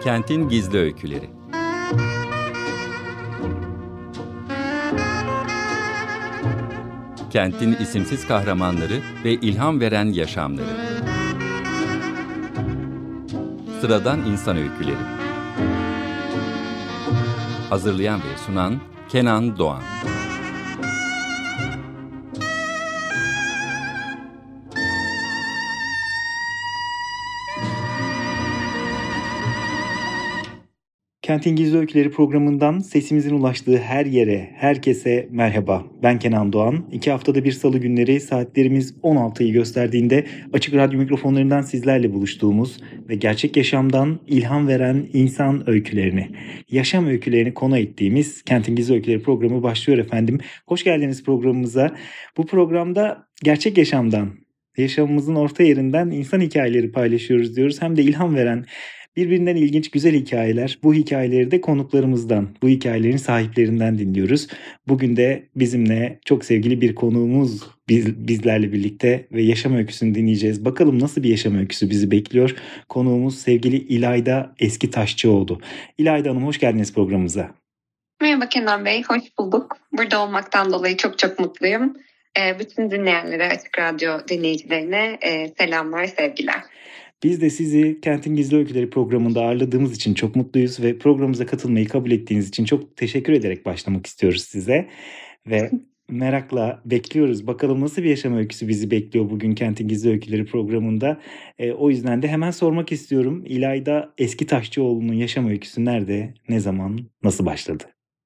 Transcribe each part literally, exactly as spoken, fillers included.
Kentin Gizli Öyküleri. Kentin isimsiz kahramanları ve ilham veren yaşamları. Sıradan insan öyküleri. Hazırlayan ve sunan Kenan Doğan. Kentin Gizli Öyküleri programından sesimizin ulaştığı her yere, herkese merhaba. Ben Kenan Doğan. İki haftada bir salı günleri saatlerimiz on altıyı gösterdiğinde Açık Radyo mikrofonlarından sizlerle buluştuğumuz ve gerçek yaşamdan ilham veren insan öykülerini, yaşam öykülerini konu ettiğimiz Kentin Gizli Öyküleri programı başlıyor efendim. Hoş geldiniz programımıza. Bu programda gerçek yaşamdan, yaşamımızın orta yerinden insan hikayeleri paylaşıyoruz diyoruz. Hem de ilham veren, birbirinden ilginç güzel hikayeler. Bu hikayeleri de konuklarımızdan, bu hikayelerin sahiplerinden dinliyoruz. Bugün de bizimle çok sevgili bir konuğumuz biz, bizlerle birlikte ve yaşam öyküsünü dinleyeceğiz. Bakalım nasıl bir yaşam öyküsü bizi bekliyor. Konuğumuz sevgili İlayda Eskitaşçıoğlu. İlayda Hanım, hoş geldiniz programımıza. Merhaba Kenan Bey, hoş bulduk. Burada olmaktan dolayı çok çok mutluyum. Bütün dinleyenlere, Açık Radyo dinleyicilerine selamlar, sevgiler. Biz de sizi Kentin Gizli Öyküleri programında ağırladığımız için çok mutluyuz ve programımıza katılmayı kabul ettiğiniz için çok teşekkür ederek başlamak istiyoruz size. Ve merakla bekliyoruz. Bakalım nasıl bir yaşam öyküsü bizi bekliyor bugün Kentin Gizli Öyküleri programında. E, o yüzden de hemen sormak istiyorum. İlayda Eskitaşçıoğlu'nun yaşam öyküsü nerede, ne zaman, nasıl başladı?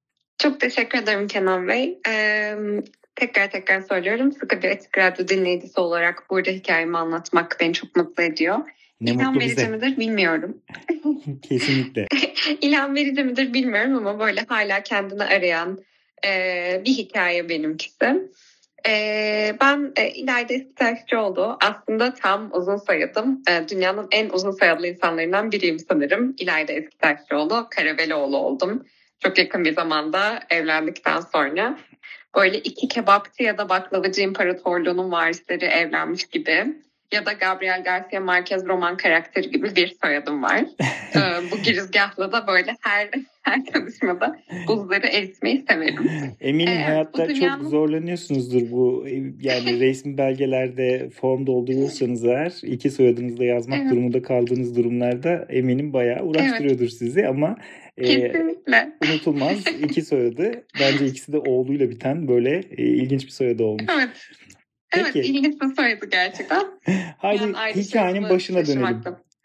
Çok teşekkür ederim Kenan Bey. Ee, tekrar tekrar söylüyorum. Sıkı bir Açık Radyo dinleyicisi olarak burada hikayemi anlatmak beni çok mutlu ediyor. Ne İlham verici midir bilmiyorum. Kesinlikle. İlham verici midir bilmiyorum ama böyle hala kendini arayan e, bir hikaye benimkisi. E, ben e, İlayda Eskitaşçıoğlu, aslında tam uzun soyadım. E, dünyanın en uzun soyadlı insanlarından biriyim sanırım. İlayda Eskitaşçıoğlu, Karabeloğlu oldum. Çok yakın bir zamanda evlendikten sonra. Böyle iki kebapçı ya da baklavacı imparatorluğunun varisleri evlenmiş gibi. Ya da Gabriel Garcia Marquez roman karakteri gibi bir soyadım var. ee, bu girizgahla da böyle her her çalışmada buzları eritmeyi severim. Eminim ee, hayatta dünyanın... çok zorlanıyorsunuzdur bu. Yani resmi belgelerde form doldurursanız eğer iki soyadınızla yazmak evet. durumunda kaldığınız durumlarda eminim bayağı uğraştırıyordur evet. sizi ama kesinlikle. E, unutulmaz iki soyadı. Bence ikisi de oğluyla biten böyle e, ilginç bir soyadı olmuş. Evet. Peki. Evet, ilginç bir soyadı gerçekten. Haydi yani hikayenin başına dönelim.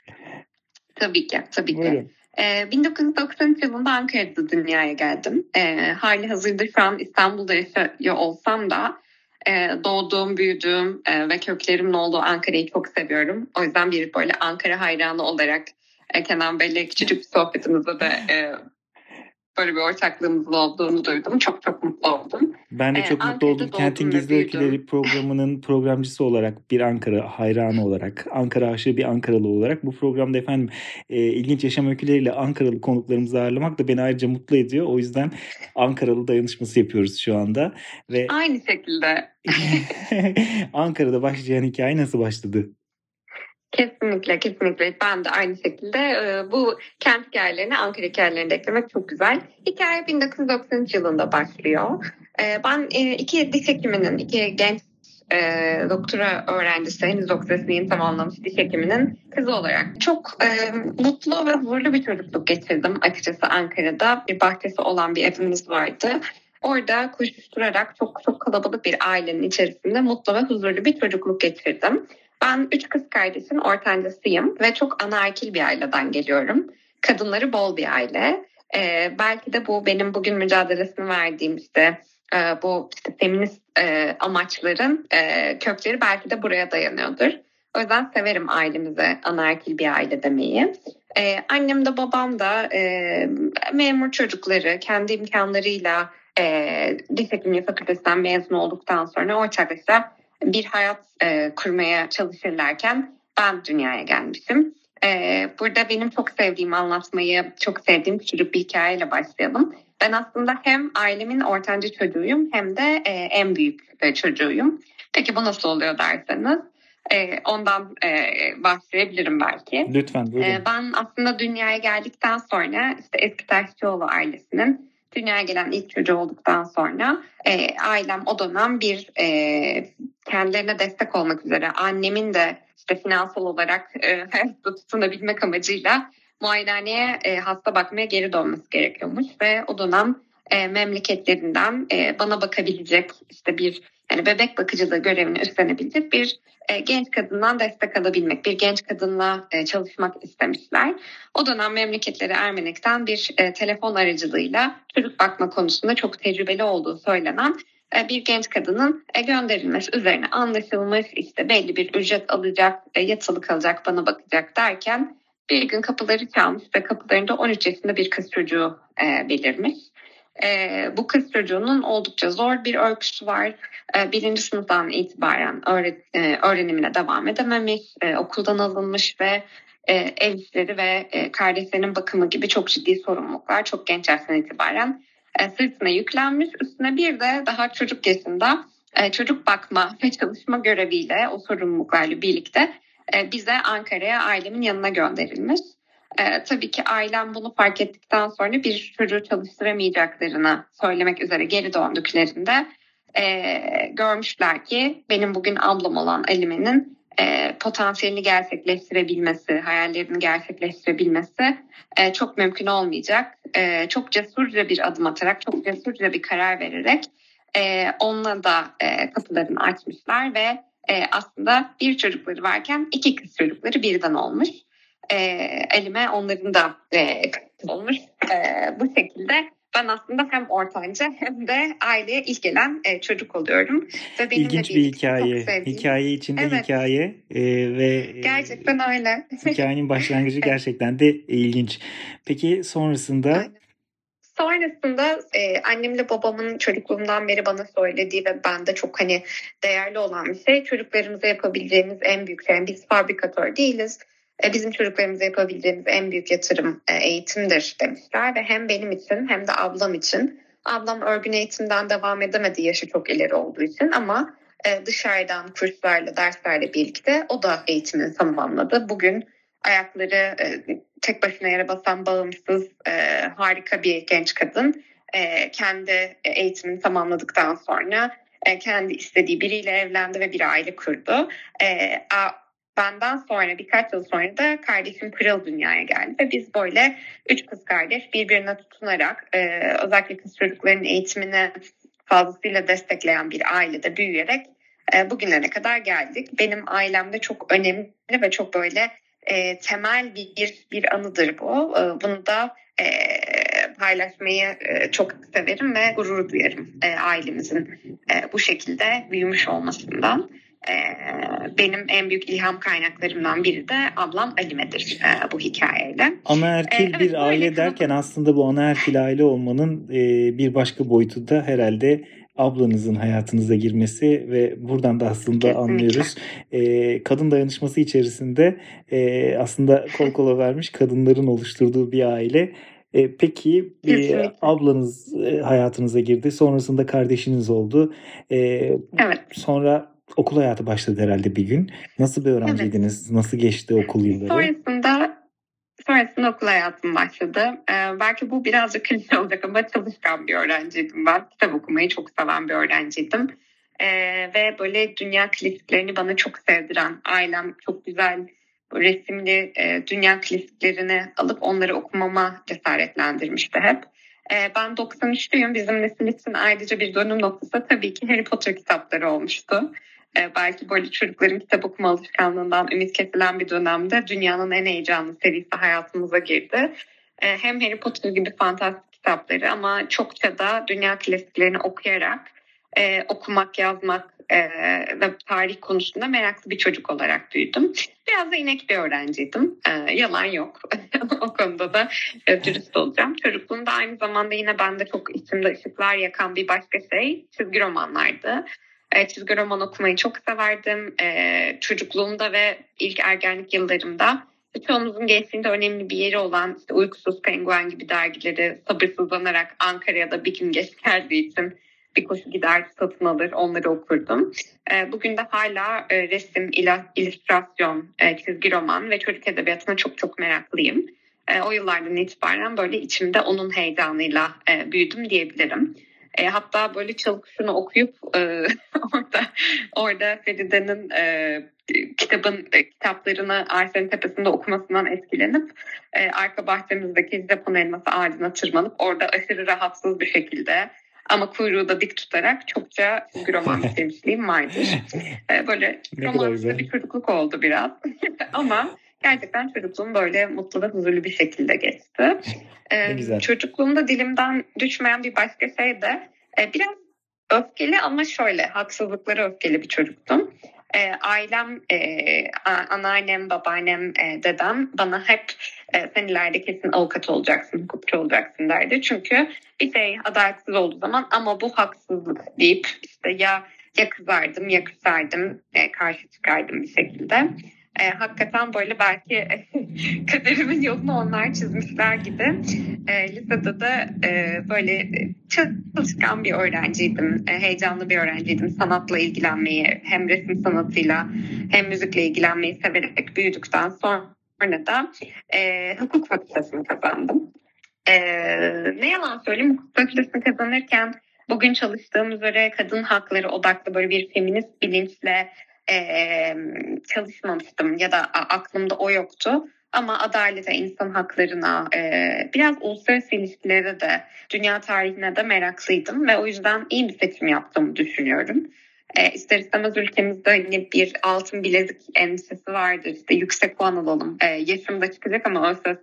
Tabii ki, tabii Buyurun. ki. Ee, bin dokuz yüz doksan üç yılında Ankara'da dünyaya geldim. Ee, hali hazırda şu an İstanbul'da yaşıyor olsam da e, doğduğum, büyüdüğüm e, ve köklerimin olduğu Ankara'yı çok seviyorum. O yüzden bir böyle Ankara hayranı olarak e, Kenan Bey'le küçücük bir sohbetimizde de e, böyle bir ortaklığımızın olduğunu duydum. Çok çok mutlu oldum. Ben de çok ee, mutlu oldum. Kentin Gizli Öyküleri programının programcısı olarak, bir Ankara hayranı olarak, Ankara aşığı bir Ankaralı olarak bu programda efendim e, ilginç yaşam öyküleriyle Ankaralı konuklarımızı ağırlamak da beni ayrıca mutlu ediyor. O yüzden Ankaralı dayanışması yapıyoruz şu anda. Ve aynı şekilde. Ankara'da başlayan hikaye nasıl başladı? Kesinlikle, kesinlikle. Ben de aynı şekilde e, bu kent hikayelerini Ankara hikayelerini de eklemek çok güzel. Hikaye bin dokuz yüz doksan üç yılında başlıyor. E, ben e, iki diş hekiminin, iki genç e, doktora öğrencisi, henüz doktorasını yeni tamamlamış diş hekiminin kızı olarak çok e, mutlu ve huzurlu bir çocukluk geçirdim açıkçası Ankara'da. Bir bahçesi olan bir evimiz vardı. Orada koşuşturarak çok çok kalabalık bir ailenin içerisinde mutlu ve huzurlu bir çocukluk geçirdim. Ben üç kız kardeşin ortancasıyım ve çok anaerkil bir aileden geliyorum. Kadınları bol bir aile. Ee, belki de bu benim bugün mücadelesini verdiğim işte e, bu işte feminist e, amaçların e, kökleri belki de buraya dayanıyordur. O yüzden severim ailemize anaerkil bir aile demeyi. Ee, annem de babam da e, memur çocukları, kendi imkanlarıyla e, diş hekimliği fakültesinden mezun olduktan sonra ortaklaşa bir hayat e, kurmaya çalışırlarken ben dünyaya gelmişim. E, burada benim çok sevdiğim, anlatmayı çok sevdiğim küçücük bir hikayeyle başlayalım. Ben aslında hem ailemin ortanca çocuğuyum hem de e, en büyük e, çocuğuyum. Peki bu nasıl oluyor derseniz. E, ondan e, bahsedebilirim belki. Lütfen buyurun. E, ben aslında dünyaya geldikten sonra işte Eski Taşçıoğlu ailesinin dünyaya gelen ilk çocuğu olduktan sonra e, ailem o dönem bir e, kendilerine destek olmak üzere annemin de işte finansal olarak e, hayatta tutunabilmek amacıyla muayenehaneye e, hasta bakmaya geri dönmesi gerekiyormuş ve o dönem e, memleketlerinden e, bana bakabilecek işte bir yani bebek bakıcılığı görevini üstlenebilecek bir e, genç kadından destek alabilmek, bir genç kadınla e, çalışmak istemişler. O dönem memleketleri Ermenek'ten bir e, telefon aracılığıyla çocuk bakma konusunda çok tecrübeli olduğu söylenen e, bir genç kadının e, gönderilmesi üzerine anlaşılmış, işte belli bir ücret alacak, e, yatılı kalacak, bana bakacak derken bir gün kapıları çalmış ve kapılarında on üç yaşında bir kız çocuğu e, belirmiş. E, bu kız çocuğunun oldukça zor bir öyküsü var. E, birinci sınıftan itibaren öğret, e, öğrenimine devam edememiş, e, okuldan alınmış ve e, ev işleri ve e, kardeşlerinin bakımı gibi çok ciddi sorumluluklar çok genç yaştan itibaren e, sırtına yüklenmiş. Üstüne bir de daha çocuk yaşında e, çocuk bakma ve çalışma göreviyle o sorumluluklarla birlikte e, bize Ankara'ya ailemin yanına gönderilmiş. Ee, tabii ki ailem bunu fark ettikten sonra bir çocuğu çalıştıramayacaklarını söylemek üzere geri döndüklerinde e, görmüşler ki benim bugün ablam olan Alime'nin e, potansiyelini gerçekleştirebilmesi, hayallerini gerçekleştirebilmesi e, çok mümkün olmayacak. E, çok cesurca bir adım atarak, çok cesurca bir karar vererek e, onunla da e, kapılarını açmışlar ve e, aslında bir çocukları varken iki kız çocukları birden olmuş. E, elime onların da e, olmuş. E, bu şekilde ben aslında hem ortanca hem de aileye ilk gelen e, çocuk oluyorum. Ve İlginç bir hikaye. Hikaye içinde evet. hikaye e, ve gerçekten öyle. Hikayenin başlangıcı gerçekten de ilginç. Peki sonrasında? Aynen. Sonrasında e, annemle babamın çocukluğumdan beri bana söylediği ve bende çok hani değerli olan bir şey, çocuklarımıza yapabileceğimiz en büyük şey. Yani biz fabrikatör değiliz. Bizim çocuklarımıza yapabileceğimiz en büyük yatırım eğitimdir demişler ve hem benim için hem de ablam için. Ablam örgün eğitimden devam edemedi yaşı çok ileri olduğu için ama dışarıdan kurslarla, derslerle birlikte o da eğitimini tamamladı. Bugün ayakları tek başına yere basan bağımsız harika bir genç kadın. Kendi eğitimini tamamladıktan sonra kendi istediği biriyle evlendi ve bir aile kurdu. Benden sonra birkaç yıl sonra da kardeşim Pırıl dünyaya geldi ve biz böyle üç kız kardeş birbirine tutunarak e, özellikle kız çocuklarının eğitimini fazlasıyla destekleyen bir ailede büyüyerek e, bugünlere kadar geldik. Benim ailemde çok önemli ve çok böyle e, temel bir bir anıdır bu. E, bunu da e, paylaşmayı e, çok severim ve gurur duyarım e, ailemizin e, bu şekilde büyümüş olmasından. Benim en büyük ilham kaynaklarımdan biri de ablam Alime'dir e, bu hikayeyle. Anaerkil ee, bir evet, aile derken kanalı... aslında bu anaerkil aile olmanın e, bir başka boyutu da herhalde ablanızın hayatınıza girmesi ve buradan da aslında kesinlikle anlıyoruz. E, kadın dayanışması içerisinde e, aslında kol kola vermiş kadınların oluşturduğu bir aile. E, peki e, ablanız e, hayatınıza girdi. Sonrasında kardeşiniz oldu. E, evet. Sonra okul hayatı başladı herhalde bir gün. Nasıl bir öğrenciydiniz? Evet. Nasıl geçti okul yılları? Sonrasında sonrasında okul hayatım başladı. Ee, belki bu birazcık klişe olacak ama çalışkan bir öğrenciydim ben. Kitap okumayı çok seven bir öğrenciydim. Ee, ve böyle dünya klasiklerini bana çok sevdiren, ailem çok güzel resimli e, dünya klasiklerini alıp onları okumama cesaretlendirmişti hep. E, ben doksan üçlüyüm. Bizim nesil için ayrıca bir dönüm noktası tabii ki Harry Potter kitapları olmuştu. Ee, belki böyle çocukların kitap okuma alışkanlığından ümit kesilen bir dönemde dünyanın en heyecanlı serisi hayatımıza girdi. Ee, hem Harry Potter gibi fantastik kitapları ama çokça da dünya klasiklerini okuyarak e, okumak, yazmak e, ve tarih konusunda meraklı bir çocuk olarak büyüdüm. Biraz da inek bir öğrenciydim. E, yalan yok. O konuda da e, dürüst olacağım. Çocukluğumda aynı zamanda yine bende çok içimde ışıklar yakan bir başka şey çizgi romanlardı. Çizgi roman okumayı çok severdim. Ee, çocukluğumda ve ilk ergenlik yıllarımda çoğumuzun gençliğinde önemli bir yeri olan işte Uykusuz Penguen gibi dergileri sabırsızlanarak Ankara'ya da bir gün geç geldiği için bir koşu gider satın alır onları okurdum. E, bugün de hala e, resim, ila, illüstrasyon, e, çizgi roman ve çocuk edebiyatına çok çok meraklıyım. E, o yıllardan itibaren böyle içimde onun heyecanıyla e, büyüdüm diyebilirim. E, hatta böyle Çalı Kuşu'nu okuyup e, orada orada Feride'nin e, kitabın e, kitaplarını Arsen'in tepesinde okumasından etkilenip e, arka bahçemizdeki Japon elması ağacına tırmanıp orada aşırı rahatsız bir şekilde ama kuyruğu da dik tutarak çokça çizgi roman bitirmişliğim vardır. E, böyle romansı bir çocukluk oldu biraz ama gerçekten çocukluğum böyle mutlu ve huzurlu bir şekilde geçti. Ee, çocukluğumda dilimden düşmeyen bir başka şey de e, biraz öfkeli ama şöyle haksızlıklara öfkeli bir çocuktum. E, ailem, e, anneannem, babaannem, e, dedem bana hep e, sen ileride kesin avukat olacaksın, hukukçu olacaksın derdi. Çünkü bir şey adaletsiz olduğu zaman ama bu haksızlık deyip işte ya ya kızardım ya küserdim, e, karşı çıkardım bir şekilde. E, hakikaten böyle belki kaderimin yolunu onlar çizmişler gibi. E, lisede de e, böyle çalışkan bir öğrenciydim. E, heyecanlı bir öğrenciydim. Sanatla ilgilenmeyi hem resim sanatıyla hem müzikle ilgilenmeyi severek büyüdükten sonra da e, hukuk fakültesini kazandım. E, ne yalan söyleyeyim hukuk fakültesini kazanırken bugün çalıştığım üzere kadın hakları odaklı böyle bir feminist bilinçle Ee, çalışmamıştım ya da aklımda o yoktu ama adalete, insan haklarına, e, biraz uluslararası ilişkilere de, dünya tarihine de meraklıydım ve o yüzden iyi bir seçim yaptığımı düşünüyorum. E, ister istemez ülkemizde yine bir altın bilezik endişesi vardır. İşte yüksek puan alalım. E, yaşım da çıkacak ama ÖSS,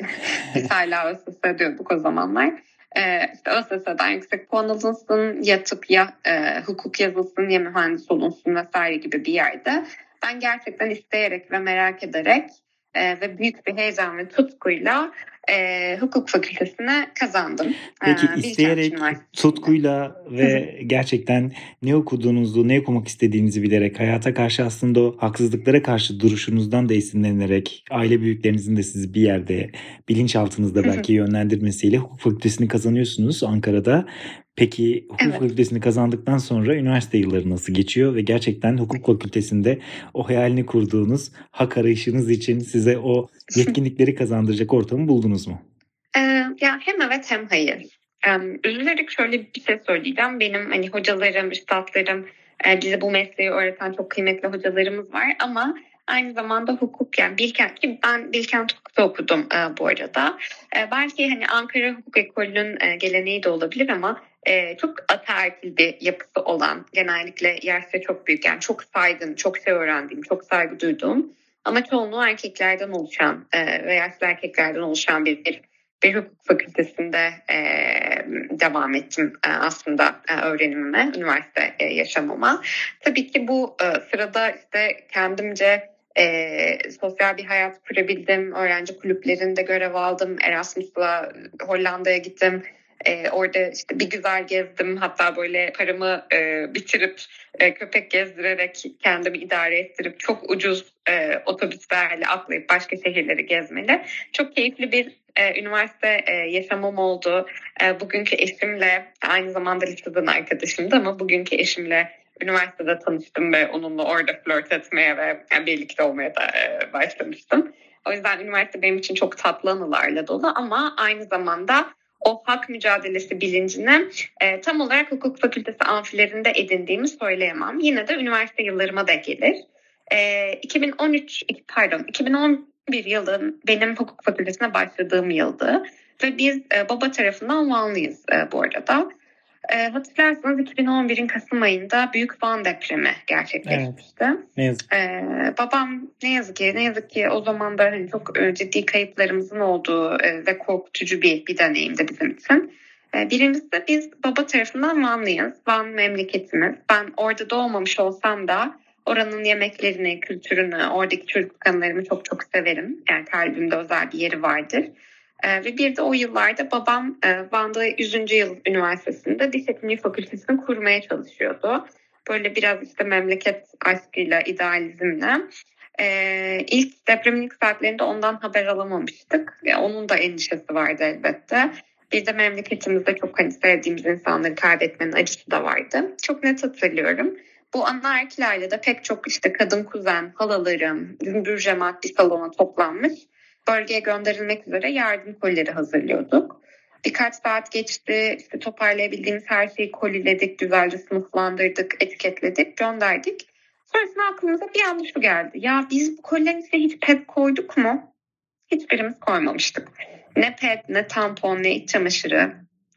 biz hala ÖSS diyorduk o zamanlar. Ee, işte ÖSS'den yüksek puan alınsın ya tıp ya e, hukuk yazılsın ya mühendis olunsun vesaire gibi bir yerde ben gerçekten isteyerek ve merak ederek e, ve büyük bir heyecan ve tutkuyla e, hukuk fakültesine kazandım. Peki ee, isteyerek, tutkuyla ve gerçekten ne okuduğunuzu, ne okumak istediğinizi bilerek, hayata karşı aslında o haksızlıklara karşı duruşunuzdan da esinlenerek, aile büyüklerinizin de sizi bir yerde bilinçaltınızda belki yönlendirmesiyle hukuk fakültesini kazanıyorsunuz Ankara'da. Peki hukuk evet. fakültesini kazandıktan sonra üniversite yılları nasıl geçiyor ve gerçekten hukuk fakültesinde o hayalini kurduğunuz hak arayışınız için size o yetkinlikleri kazandıracak ortamı buldunuz mu? Ee, ya hem evet hem hayır. Ee, üzülerek şöyle bir şey söyleyeceğim. Benim hani hocalarım, üstadlarım, e, bize bu mesleği öğreten çok kıymetli hocalarımız var ama aynı zamanda hukuk yani Bilkent ki ben Bilkent hukukta okudum e, bu arada. E, belki hani Ankara Hukuk Ekolü'nün e, geleneği de olabilir ama e, çok ataerkil bir yapısı olan genellikle yaşça çok büyük yani çok saygın, çok şey öğrendiğim, çok saygı duyduğum ama çoğunluğu erkeklerden oluşan e, ve yaşlı erkeklerden oluşan bir, bir, bir hukuk fakültesinde e, devam ettim e, aslında e, öğrenimime, üniversite e, yaşamama. Tabii ki bu e, sırada işte kendimce E, sosyal bir hayat kurabildim. Öğrenci kulüplerinde görev aldım. Erasmus'la Hollanda'ya gittim. E, orada işte bir güzel gezdim. Hatta böyle paramı e, bitirip e, köpek gezdirerek kendimi idare ettirip çok ucuz e, otobüslerle atlayıp başka şehirleri gezmeli. Çok keyifli bir e, üniversite e, yaşamım oldu. E, bugünkü eşimle aynı zamanda liseden arkadaşımdı ama bugünkü eşimle üniversitede tanıştım ve onunla orada flört etmeye ve yani birlikte olmaya da e, başlamıştım. O yüzden üniversite benim için çok tatlı anılarla dolu ama aynı zamanda o hak mücadelesi bilincini e, tam olarak hukuk fakültesi amfilerinde edindiğimi söyleyemem. Yine de üniversite yıllarıma da gelir. E, iki bin on üç pardon iki bin on bir yılın benim hukuk fakültesine başladığım yıldı ve biz e, baba tarafından Vanlıyız e, bu arada. E, hatırlarsanız iki bin on birin Kasım ayında Büyük Van depremi gerçekleşmişti. Evet, ne yazık. E, babam ne yazık ki ne yazık ki o zaman da hani çok e, ciddi kayıplarımızın olduğu e, ve korkutucu bir bir deneyimdi bizim için. E, birincisi biz baba tarafından Vanlıyız. Van memleketimiz. Ben orada doğmamış olsam da oranın yemeklerini, kültürünü, oradaki çocukluk anılarımı çok çok severim. Yani kalbimde özel bir yeri vardır. Ee, ve bir de o yıllarda babam e, Van'da yüzüncü yıl üniversitesinde diş hekimliği fakültesini kurmaya çalışıyordu. Böyle biraz işte memleket aşkıyla, idealizmle. Ee, ilk depremin ilk saatlerinde ondan haber alamamıştık. Yani onun da endişesi vardı elbette. Bir de memleketimizde çok hani sevdiğimiz insanları kaybetmenin acısı da vardı. Çok net hatırlıyorum. Bu anaerkilerle de pek çok işte kadın kuzen, halalarım, cümbür cemaat bir salona toplanmış. Bölgeye gönderilmek üzere yardım kolileri hazırlıyorduk. Birkaç saat geçti, işte toparlayabildiğimiz her şeyi koliledik, güzelce sınıflandırdık, etiketledik, gönderdik. Sonrasında aklımıza bir anda şu geldi. Ya biz bu kolilerin içine hiç pet koyduk mu? Hiçbirimiz koymamıştık. Ne pet, ne tampon, ne iç çamaşırı.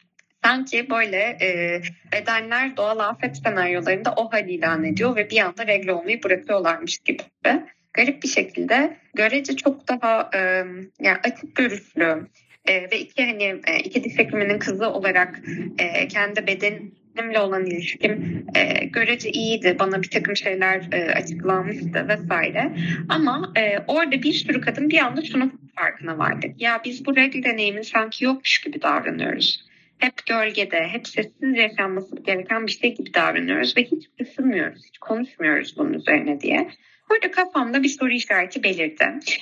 Sanki böyle e, bedenler doğal afet senaryolarında o hal ilan ediyor ve bir anda regle olmayı bırakıyorlarmış gibi. Garip bir şekilde görece çok daha e, yani açık görüşlü e, ve iki hani e, iki diş hekiminin kızı olarak e, kendi bedenimle olan ilişkim e, görece iyiydi. Bana bir takım şeyler e, açıklanmıştı vesaire. Ama e, orada bir sürü kadın bir anda şunun farkına vardı. Ya biz bu regle deneyimini sanki yokmuş gibi davranıyoruz. Hep gölgede, hep sessiz yaşanması gereken bir şey gibi davranıyoruz ve hiç düşünmüyoruz, hiç konuşmuyoruz bunun üzerine diye. Orada kafamda bir soru işareti belirdi.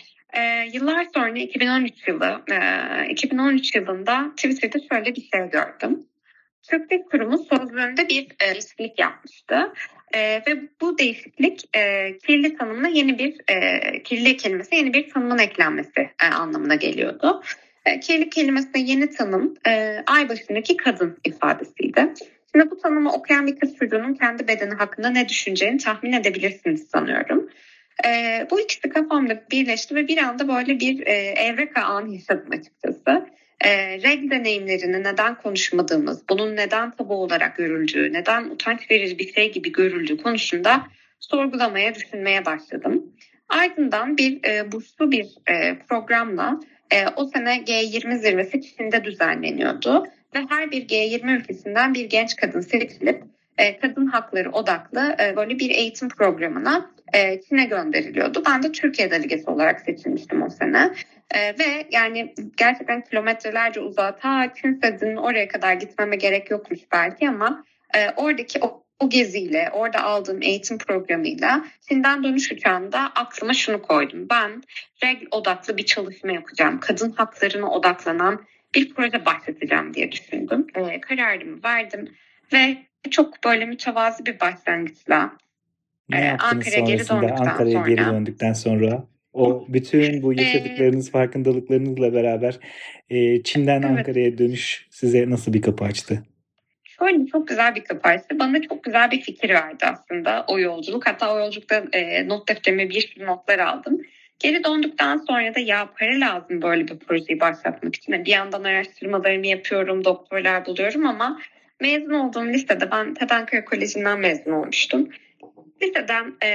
Ee, yıllar sonra iki bin on üç yılı, e, iki bin on üç yılında Twitter'da şöyle bir şey gördüm. Türk Dil Kurumu sözlüğünde bir e, değişiklik yapmıştı. E, ve bu değişiklik e, kirli tanımına yeni bir, e, kirli kelimesi yeni bir tanımın eklenmesi e, anlamına geliyordu. E, kirli kelimesine yeni tanım e, ay başındaki kadın ifadesiydi. Şimdi bu tanımı okuyan bir kız çocuğunun kendi bedeni hakkında ne düşüneceğini tahmin edebilirsiniz sanıyorum. E, bu ikisi kafamda birleşti ve bir anda böyle bir e, evreka anı yaşadım açıkçası. E, regl deneyimlerini neden konuşmadığımız, bunun neden tabu olarak görüldüğü, neden utanç verici bir şey gibi görüldüğü konusunda sorgulamaya, düşünmeye başladım. Ardından bir e, burslu bir e, programla e, o sene G yirmi zirvesi Çin'de düzenleniyordu ve her bir G yirmi ülkesinden bir genç kadın seçilip e, kadın hakları odaklı e, böyle bir eğitim programına e, Çin'e gönderiliyordu. Ben de Türkiye delegesi olarak seçilmiştim o sene. Ee, ve yani gerçekten kilometrelerce uzağa ta Çin Seddi'nin oraya kadar gitmeme gerek yokmuş belki ama e, oradaki o, o geziyle, orada aldığım eğitim programıyla Çin'den dönüş uçağında aklıma şunu koydum. Ben regl odaklı bir çalışma yapacağım. Kadın haklarına odaklanan bir proje başlatacağım diye düşündüm. E, kararımı verdim ve çok böyle mütevazi bir başlangıçla Ne e, yaptınız Ankara'ya geri sonrasında, döndükten Ankara'ya sonra... geri döndükten sonra? O bütün bu yaşadıklarınız, farkındalıklarınızla beraber e, Çin'den Evet. Ankara'ya dönüş size nasıl bir kapı açtı? Şöyle çok güzel bir kapı açtı. Bana çok güzel bir fikir verdi aslında o yolculuk. Hatta o yolculukta e, not defterime bir sürü notlar aldım. Geri döndükten sonra da ya para lazım böyle bir projeyi başlatmak için. Bir yandan araştırmalarımı yapıyorum, doktorlar buluyorum ama mezun olduğum lisede ben TED Ankara Koleji'nden mezun olmuştum. Liseden e,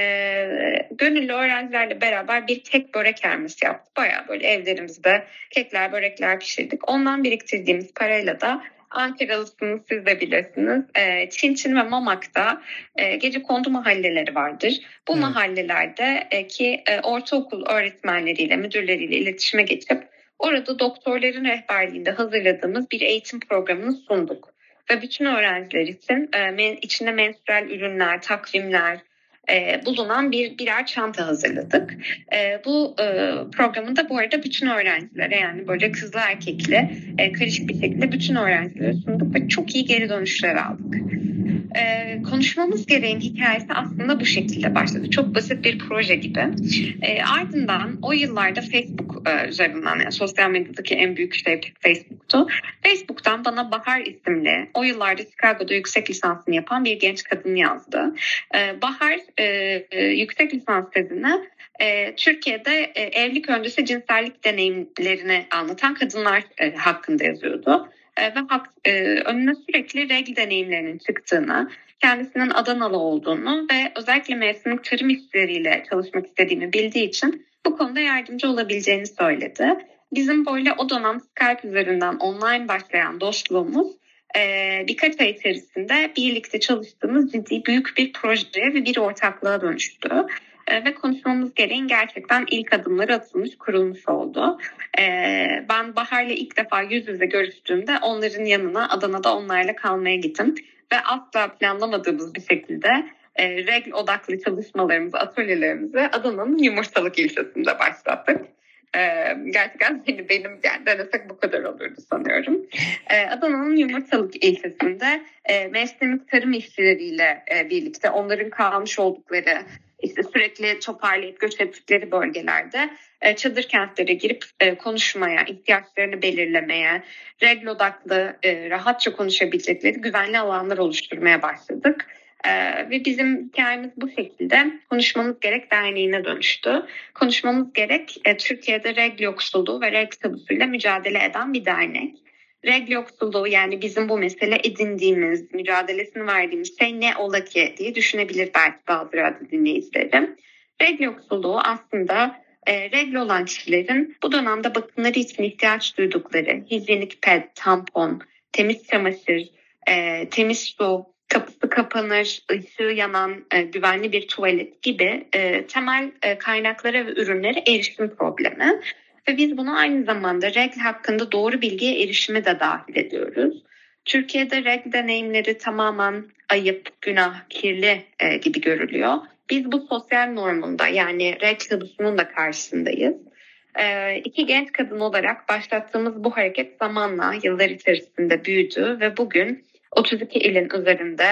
gönüllü öğrencilerle beraber bir kek börek kermesi yaptık. Bayağı böyle evlerimizde kekler, börekler pişirdik. Ondan biriktirdiğimiz parayla da Ankaralısınız siz de bilirsiniz. E, Çin Çin ve Mamak'ta e, gecekondu mahalleleri vardır. Bu Evet. mahallelerde e, ki e, ortaokul öğretmenleriyle, müdürleriyle iletişime geçip orada doktorların rehberliğinde hazırladığımız bir eğitim programını sunduk. Ve bütün öğrenciler için e, içinde menstrual ürünler, takvimler e, bulunan bir birer çanta hazırladık. E, bu e, programı da bu arada bütün öğrencilere yani böyle kızlı erkekli e, karışık bir şekilde bütün öğrencilere sunduk ve çok iyi geri dönüşler aldık. Ee, konuşmamız gereğin hikayesi aslında bu şekilde başladı. Çok basit bir proje gibi. Ee, ardından o yıllarda Facebook e, üzerinden yani sosyal medyadaki en büyük şey Facebook'tu. Facebook'tan bana Bahar isimli o yıllarda Chicago'da yüksek lisansını yapan bir genç kadın yazdı. Ee, Bahar e, e, yüksek lisans tezini e, Türkiye'de e, evlilik öncesi cinsellik deneyimlerini anlatan kadınlar e, hakkında yazıyordu. Ve hak, e, önüne sürekli regl deneyimlerinin çıktığını, kendisinin Adanalı olduğunu ve özellikle mevsimlik tarım işleriyle çalışmak istediğini bildiği için bu konuda yardımcı olabileceğini söyledi. Bizim böyle o dönem Skype üzerinden online başlayan dostluğumuz e, birkaç ay içerisinde birlikte çalıştığımız ciddi büyük bir projeye ve bir ortaklığa dönüştü. Ve konuşmamız gereğin gerçekten ilk adımları atılmış, kurulmuş oldu. Ee, ben Bahar'la ilk defa yüz yüze görüştüğümde onların yanına Adana'da onlarla kalmaya gittim. Ve asla planlamadığımız bir şekilde e, regl odaklı çalışmalarımızı, atölyelerimizi Adana'nın Yumurtalık ilçesinde başlattık. Ee, gerçekten seni benim yani denesek bu kadar olurdu sanıyorum. Ee, Adana'nın Yumurtalık ilçesinde e, mevsimlik tarım işçileriyle e, birlikte onların kalmış oldukları işte sürekli toparlayıp göç ettikleri bölgelerde e, çadır kentlere girip e, konuşmaya, ihtiyaçlarını belirlemeye, regl odaklı e, rahatça konuşabilecekleri güvenli alanlar oluşturmaya başladık. Ee, ve bizim hikayemiz bu şekilde Konuşmamız Gerek Derneği'ne dönüştü. Konuşmamız Gerek e, Türkiye'de regl yoksulluğu ve regl tabusuyla mücadele eden bir dernek. Regl yoksulluğu yani bizim bu mesele edindiğimiz, mücadelesini verdiğimiz şey ne ola ki diye düşünebilir belki bazı radyo dinleyicilerim. Regl yoksulluğu aslında e, regl olan kişilerin bu dönemde bakımları için ihtiyaç duydukları hijyenik ped, tampon, temiz çamaşır, e, temiz su, kapısı kapanır, ışığı yanan e, güvenli bir tuvalet gibi e, temel e, kaynaklara ve ürünlere erişim problemi. Ve biz bunu aynı zamanda regl hakkında doğru bilgiye erişimi de dahil ediyoruz. Türkiye'de regl deneyimleri tamamen ayıp, günah, kirli e, gibi görülüyor. Biz bu sosyal normunda yani regl tabusunun da karşısındayız. E, iki genç kadın olarak başlattığımız bu hareket zamanla yıllar içerisinde büyüdü ve bugün otuz iki ilin üzerinde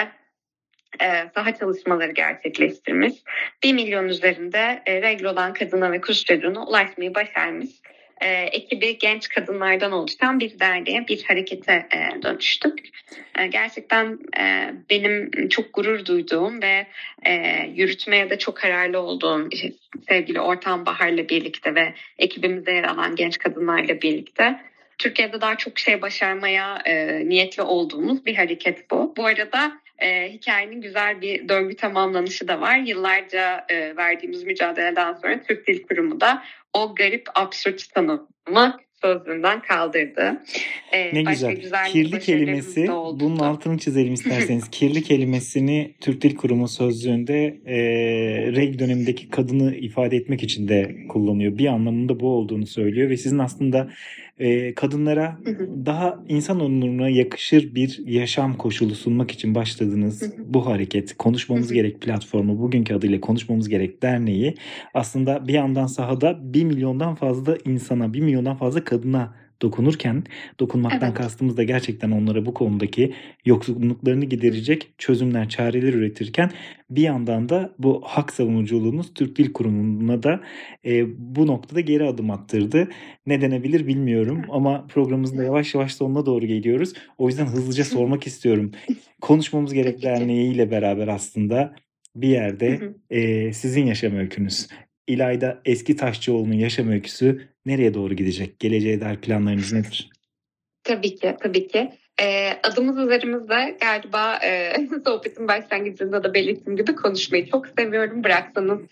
e, saha çalışmaları gerçekleştirmiş. bir milyon üzerinde e, regl olan kadına ve kız çocuğuna ulaşmayı başarmış. E, ekibi genç kadınlardan oluşan bir derneğe, bir harekete e, dönüştük. E, gerçekten e, benim çok gurur duyduğum ve e, yürütmeye de çok kararlı olduğum işte, sevgili ortağım Bahar'la birlikte ve ekibimizde yer alan genç kadınlarla birlikte Türkiye'de daha çok şey başarmaya e, niyetli olduğumuz bir hareket bu. Bu arada e, hikayenin güzel bir döngü tamamlanışı da var. Yıllarca e, verdiğimiz mücadeleden sonra Türk Dil Kurumu da o garip absürt tanımı sözlüğünden kaldırdı. Ee, ne güzel. güzel kirli kelimesi, bunun altını çizelim isterseniz. Kirli kelimesini Türk Dil Kurumu sözlüğünde e, regl dönemindeki kadını ifade etmek için de kullanıyor. Bir anlamında bu olduğunu söylüyor ve sizin aslında e, kadınlara daha insan onuruna yakışır bir yaşam koşulu sunmak için başladığınız bu hareket, Konuşmamız Gerek platformu, bugünkü adıyla Konuşmamız Gerek Derneği aslında bir yandan sahada bir milyondan fazla insana, bir milyondan fazla kadına dokunurken, dokunmaktan evet. kastımız da gerçekten onlara bu konudaki yoksulluklarını giderecek çözümler, çareler üretirken bir yandan da bu hak savunuculuğunuz Türk Dil Kurumu'na da e, bu noktada geri adım attırdı. Ne denebilir bilmiyorum ama programımızın da yavaş yavaş sonuna doğru geliyoruz. O yüzden hızlıca sormak istiyorum. Konuşmamız Gerek Derneği ile beraber aslında bir yerde e, sizin yaşam öykünüz. İlayda Eski Taşçıoğlu'nun yaşam öyküsü nereye doğru gidecek? Geleceğe dair planlarınız nedir? Tabii ki, tabii ki. Ee, adımız üzerimizde galiba e, sohbetin başlangıcında da belirttiğim gibi konuşmayı çok seviyorum. Bıraksanız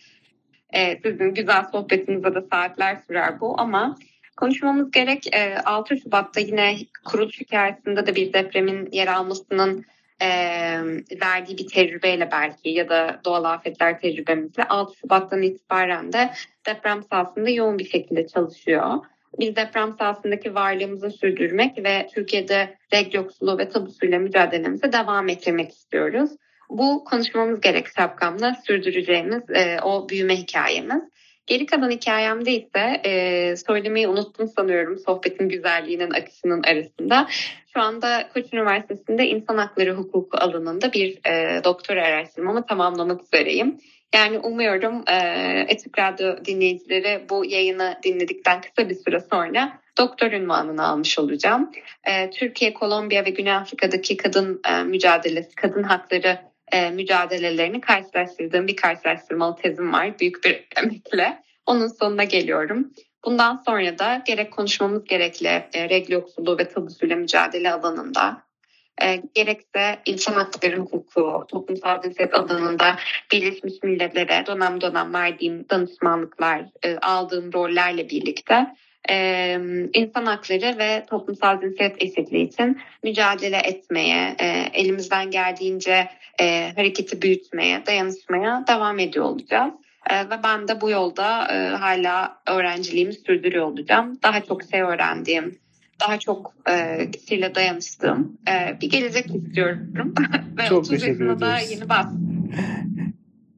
e, sizin güzel sohbetinizde de saatler sürer bu ama konuşmamız gerek. E, altı Şubat'ta yine kuruluş hikayesinde de bir depremin yer almasının E, verdiği bir tecrübeyle belki ya da doğal afetler tecrübemizle altı Şubat'tan itibaren de deprem sahasında yoğun bir şekilde çalışıyor. Biz deprem sahasındaki varlığımızı sürdürmek ve Türkiye'de regl yoksulluğu ve tabusuyla mücadelemize devam ettirmek istiyoruz. Bu konuşmamız gerek şapkamla sürdüreceğimiz e, o büyüme hikayemiz. Geri kalan hikayemde ise e, söylemeyi unuttum sanıyorum sohbetin güzelliğinin akışının arasında. Şu anda Koç Üniversitesi'nde İnsan Hakları Hukuku alanında bir e, doktora araştırmamı tamamlamak üzereyim. Yani umuyorum e, Açık Radyo dinleyicileri bu yayını dinledikten kısa bir süre sonra doktor unvanını almış olacağım. E, Türkiye, Kolombiya ve Güney Afrika'daki kadın e, mücadelesi, kadın hakları e, mücadelelerini karşılaştırdığım bir karşılaştırmalı tezim var. Büyük bir emekle. Onun sonuna geliyorum. Bundan sonra da gerek konuşmamız gerekli e, regl yoksulluğu ve tabusuyla mücadele alanında, e, gerekse insan hakları hukuku, toplumsal cinsiyet alanında Birleşmiş Milletler'e dönem dönem verdiğim danışmanlıklar, e, aldığım rollerle birlikte e, insan hakları ve toplumsal cinsiyet eşitliği için mücadele etmeye, e, elimizden geldiğince e, hareketi büyütmeye, dayanışmaya devam ediyor olacağız. Ve ben de bu yolda e, hala öğrenciliğimi sürdürüyor olacağım. Daha çok şey öğrendiğim, daha çok e, kişiyle dayanıştığım e, bir gelecek istiyorum. Ve çok otuz yaşında da yeni bas.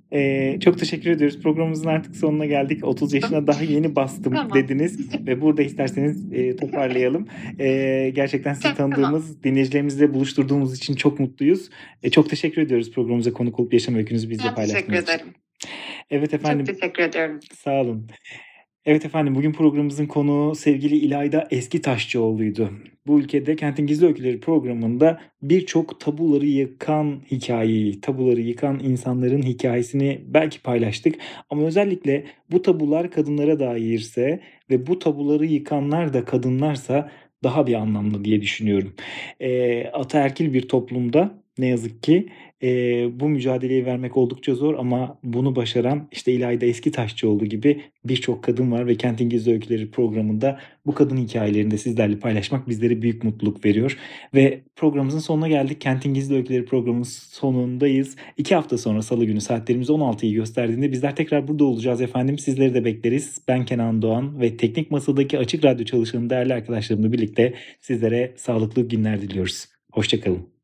Ee, çok teşekkür ediyoruz. Programımızın artık sonuna geldik. otuz yaşına daha yeni bastım Tamam. dediniz ve burada isterseniz e, toparlayalım. E, gerçekten sizi tanıdığımız, dinleyicilerimizle buluşturduğumuz için çok mutluyuz. E, çok teşekkür ediyoruz programımıza konuk olup yaşam öykünüzü bizle Ben teşekkür paylaştığınız için. ederim. Evet efendim. Çok teşekkür ediyorum. Sağ olun. Evet efendim, bugün programımızın konuğu sevgili İlayda Eskitaşçıoğlu'ydu. Bu ülkede Kentin Gizli Öyküleri programında birçok tabuları yıkan hikayeyi, tabuları yıkan insanların hikayesini belki paylaştık. Ama özellikle bu tabular kadınlara dairse ve bu tabuları yıkanlar da kadınlarsa daha bir anlamlı diye düşünüyorum. E, ataerkil bir toplumda ne yazık ki e, bu mücadeleyi vermek oldukça zor ama bunu başaran işte İlayda Eskitaşçıoğlu gibi birçok kadın var ve Kentin Gizli Öyküleri programında bu kadın hikayelerini de sizlerle paylaşmak bizlere büyük mutluluk veriyor. Ve programımızın sonuna geldik. Kentin Gizli Öyküleri programının sonundayız. İki hafta sonra Salı günü saatlerimiz on altıyı gösterdiğinde bizler tekrar burada olacağız efendim. Sizleri de bekleriz. Ben Kenan Doğan ve Teknik Masa'daki Açık Radyo çalışanı değerli arkadaşlarımla birlikte sizlere sağlıklı günler diliyoruz. Hoşça kalın.